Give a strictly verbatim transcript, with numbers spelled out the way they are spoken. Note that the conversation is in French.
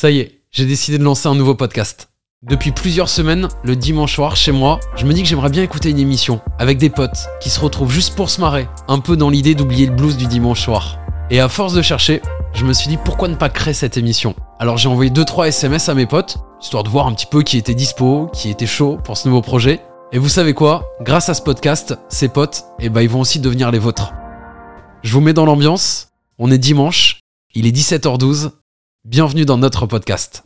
Ça y est, j'ai décidé de lancer un nouveau podcast. Depuis plusieurs semaines, le dimanche soir, chez moi, je me dis que j'aimerais bien écouter une émission avec des potes qui se retrouvent juste pour se marrer, un peu dans l'idée d'oublier le blues du dimanche soir. Et à force de chercher, je me suis dit pourquoi ne pas créer cette émission. Alors j'ai envoyé deux trois S M S à mes potes, histoire de voir un petit peu qui était dispo, qui était chaud pour ce nouveau projet. Et vous savez quoi ? Grâce à ce podcast, ces potes, eh ben, ils vont aussi devenir les vôtres. Je vous mets dans l'ambiance, on est dimanche, il est dix-sept heures douze, bienvenue dans notre podcast.